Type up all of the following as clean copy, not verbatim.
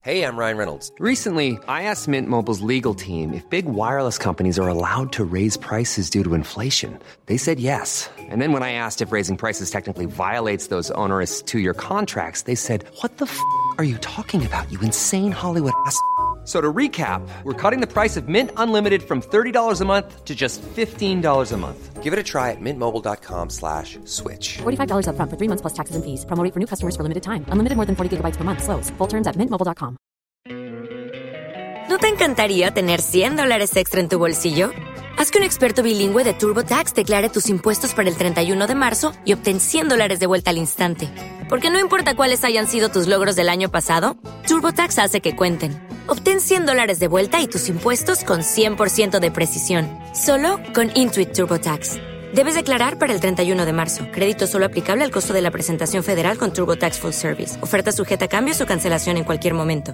Hey, I'm Ryan Reynolds. Recently, I asked Mint Mobile's legal team if big wireless companies are allowed to raise prices due to inflation. They said yes. And then when I asked if raising prices technically violates those onerous two-year contracts, they said, "What the f*** are you talking about, you insane Hollywood ass?" So to recap, we're cutting the price of Mint Unlimited from $30 a month to just $15 a month. Give it a try at mintmobile.com/switch. $45 up front for 3 months plus taxes and fees. Promo rate for new customers for limited time. Unlimited more than 40 gigabytes per month. Slows full terms at mintmobile.com. ¿No te encantaría tener $100 extra en tu bolsillo? Haz que un experto bilingüe de TurboTax declare tus impuestos para el 31 de marzo y obtén $100 de vuelta al instante. Porque no importa cuáles hayan sido tus logros del año pasado, TurboTax hace que cuenten. Obtén $100 de vuelta y tus impuestos con 100% de precisión. Solo con Intuit TurboTax. Debes declarar para el 31 de marzo. Crédito solo aplicable al costo de la presentación federal con TurboTax Full Service. Oferta sujeta a cambios o cancelación en cualquier momento.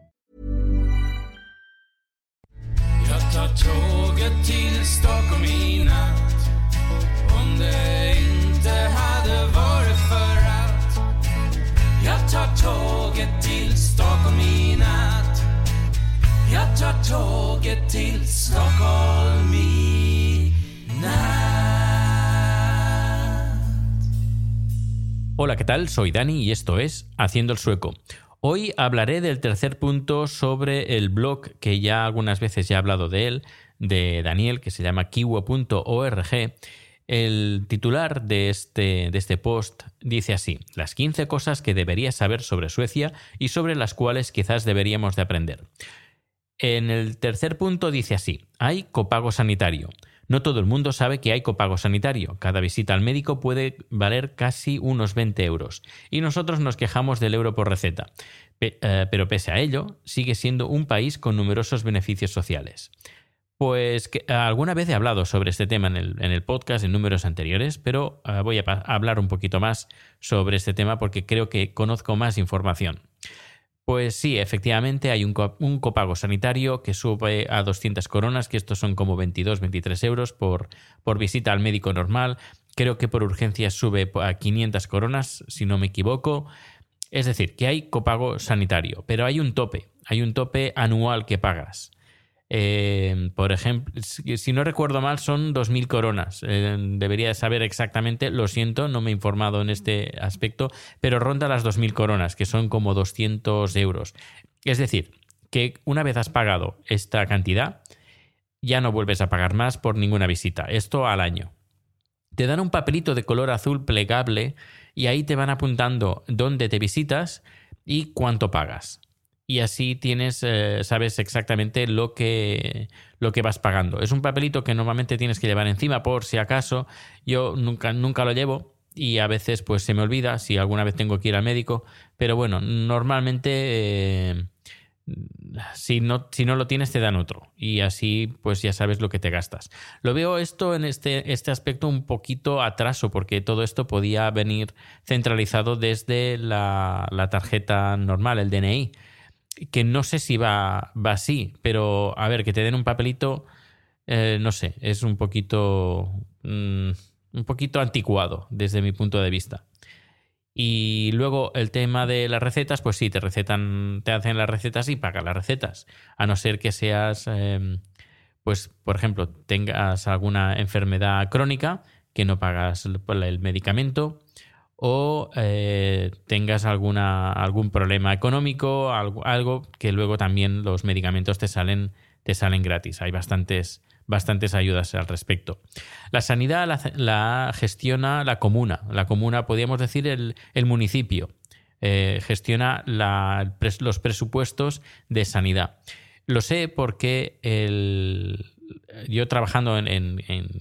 Jag tar tåget till Stockholm i natt. Om det inte hade varit för att jag tar tåget till Stockholm i natt. Jag tar tåget till Stockholm i natt. Hola, ¿qué tal? Soy Dani y esto es Haciendo el Sueco. Hoy hablaré del tercer punto sobre el blog que ya algunas veces ya he hablado de él, de Daniel, que se llama kiwo.org. El titular de este post dice así: las 15 cosas que deberías saber sobre Suecia y sobre las cuales quizás deberíamos de aprender. En el tercer punto dice así: hay copago sanitario. No todo el mundo sabe que hay copago sanitario. Cada visita al médico puede valer casi unos 20 euros. Y nosotros nos quejamos del euro por receta. Pero pese a ello, sigue siendo un país con numerosos beneficios sociales. Pues alguna vez he hablado sobre este tema en el podcast en números anteriores, pero voy a hablar un poquito más sobre este tema porque creo que conozco más información. Pues sí, efectivamente hay un copago sanitario que sube a 200 coronas, que estos son como 22-23 euros por visita al médico normal. Creo que por urgencias sube a 500 coronas, si no me equivoco. Es decir, que hay copago sanitario, pero hay un tope anual que pagas. Por ejemplo, si no recuerdo mal, son 2.000 coronas. Debería saber exactamente, lo siento, no me he informado en este aspecto, pero ronda las 2.000 coronas, que son como 200 euros. Es decir, que una vez has pagado esta cantidad, ya no vuelves a pagar más por ninguna visita. Esto al año. Te dan un papelito de color azul plegable y ahí te van apuntando dónde te visitas y cuánto pagas. Y así sabes exactamente lo que vas pagando. Es un papelito que normalmente tienes que llevar encima por si acaso. Yo nunca lo llevo y a veces pues se me olvida si alguna vez tengo que ir al médico. Pero bueno, normalmente si no lo tienes te dan otro. Y así pues ya sabes lo que te gastas. Lo veo esto en este aspecto un poquito atraso porque todo esto podía venir centralizado desde la tarjeta normal, el DNI. Que no sé si va así, pero a ver, que te den un papelito, no sé, es un poquito anticuado desde mi punto de vista. Y luego el tema de las recetas, pues sí, te hacen las recetas y pagan las recetas, a no ser que seas, pues por ejemplo, tengas alguna enfermedad crónica que no pagas el medicamento. O tengas algún problema económico, algo que luego también los medicamentos te salen gratis. Hay bastantes ayudas al respecto. La sanidad la gestiona la comuna. La comuna, podríamos decir el municipio. Gestiona los presupuestos de sanidad. Lo sé porque yo trabajando en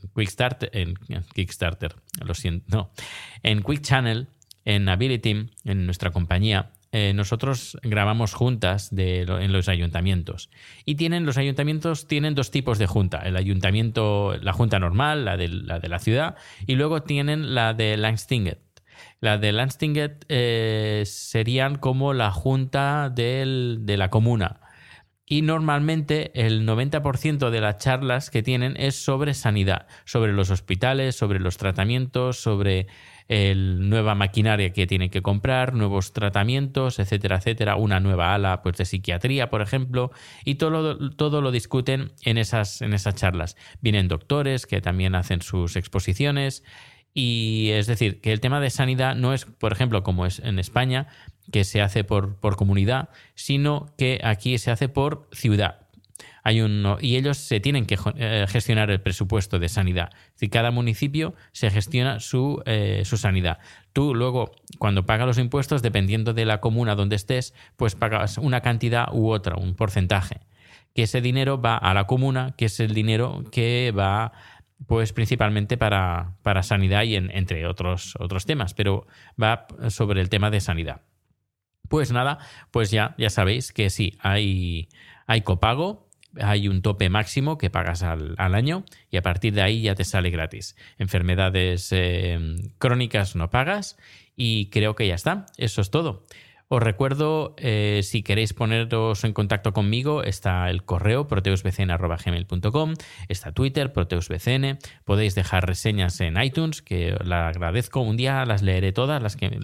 Kickstarter, lo siento, no, en Quick Channel, en Ability, en nuestra compañía, nosotros grabamos juntas en los ayuntamientos. Y los ayuntamientos tienen dos tipos de junta. La junta normal, la de la ciudad, y luego tienen la de Landstinget. La de Landstinget serían como la junta de la comuna. Y normalmente el 90% de las charlas que tienen es sobre sanidad, sobre los hospitales, sobre los tratamientos, sobre nueva maquinaria que tienen que comprar, nuevos tratamientos, etcétera, etcétera, una nueva ala pues, de psiquiatría, por ejemplo, y todo lo discuten en esas charlas. Vienen doctores que también hacen sus exposiciones. Y es decir, que el tema de sanidad no es, por ejemplo, como es en España, que se hace por comunidad, sino que aquí se hace por ciudad. Y ellos se tienen que gestionar el presupuesto de sanidad. Es decir, cada municipio se gestiona su sanidad. Tú luego, cuando pagas los impuestos, dependiendo de la comuna donde estés, pues pagas una cantidad u otra, un porcentaje. Que ese dinero va a la comuna, que es el dinero que va pues principalmente para sanidad y entre otros temas, pero va sobre el tema de sanidad. Pues nada, pues ya sabéis que sí, hay copago, hay un tope máximo que pagas al año y a partir de ahí ya te sale gratis. Enfermedades crónicas no pagas y creo que ya está, eso es todo. Os recuerdo, si queréis poneros en contacto conmigo, está el correo proteusbcn@gmail.com, está Twitter, proteusbcn, podéis dejar reseñas en iTunes, que la agradezco. Un día las leeré todas,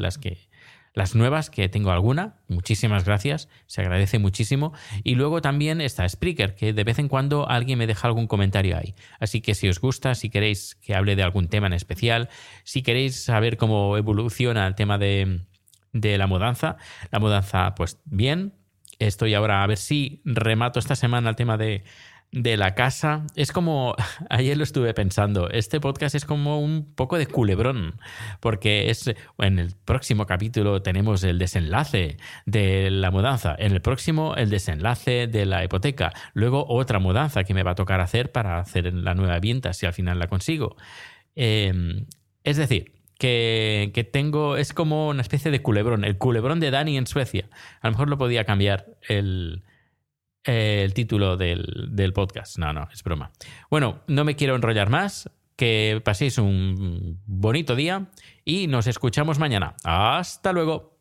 las nuevas, que tengo alguna. Muchísimas gracias, se agradece muchísimo. Y luego también está Spreaker, que de vez en cuando alguien me deja algún comentario ahí. Así que si os gusta, si queréis que hable de algún tema en especial, si queréis saber cómo evoluciona el tema de la mudanza, pues bien. Estoy ahora a ver si remato esta semana el tema de la casa. Es como, ayer lo estuve pensando, este podcast es como un poco de culebrón, porque en el próximo capítulo tenemos el desenlace de la mudanza, en el próximo el desenlace de la hipoteca, luego otra mudanza que me va a tocar hacer para hacer la nueva vivienda, si al final la consigo. Es decir, que tengo, es como una especie de culebrón, el culebrón de Dani en Suecia. A lo mejor lo podía cambiar el título del podcast. No, es broma. Bueno, no me quiero enrollar más, que paséis un bonito día y nos escuchamos mañana. ¡Hasta luego!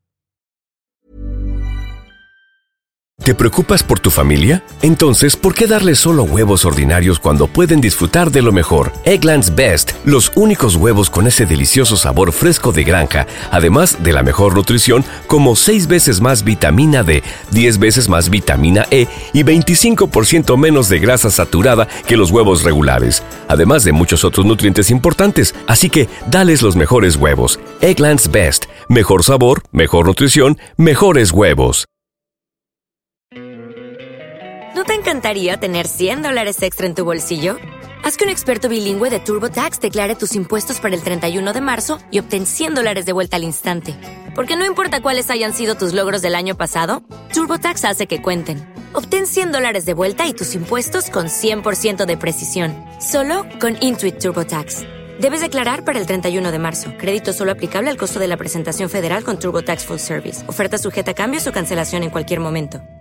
¿Te preocupas por tu familia? Entonces, ¿por qué darles solo huevos ordinarios cuando pueden disfrutar de lo mejor? Eggland's Best, los únicos huevos con ese delicioso sabor fresco de granja, además de la mejor nutrición, como 6 veces más vitamina D, 10 veces más vitamina E y 25% menos de grasa saturada que los huevos regulares, además de muchos otros nutrientes importantes. Así que, dales los mejores huevos. Eggland's Best, mejor sabor, mejor nutrición, mejores huevos. ¿No te encantaría tener $100 extra en tu bolsillo? Haz que un experto bilingüe de TurboTax declare tus impuestos para el 31 de marzo y obtén $100 de vuelta al instante. Porque no importa cuáles hayan sido tus logros del año pasado, TurboTax hace que cuenten. Obtén $100 de vuelta y tus impuestos con 100% de precisión. Solo con Intuit TurboTax. Debes declarar para el 31 de marzo. Crédito solo aplicable al costo de la presentación federal con TurboTax Full Service. Oferta sujeta a cambios o cancelación en cualquier momento.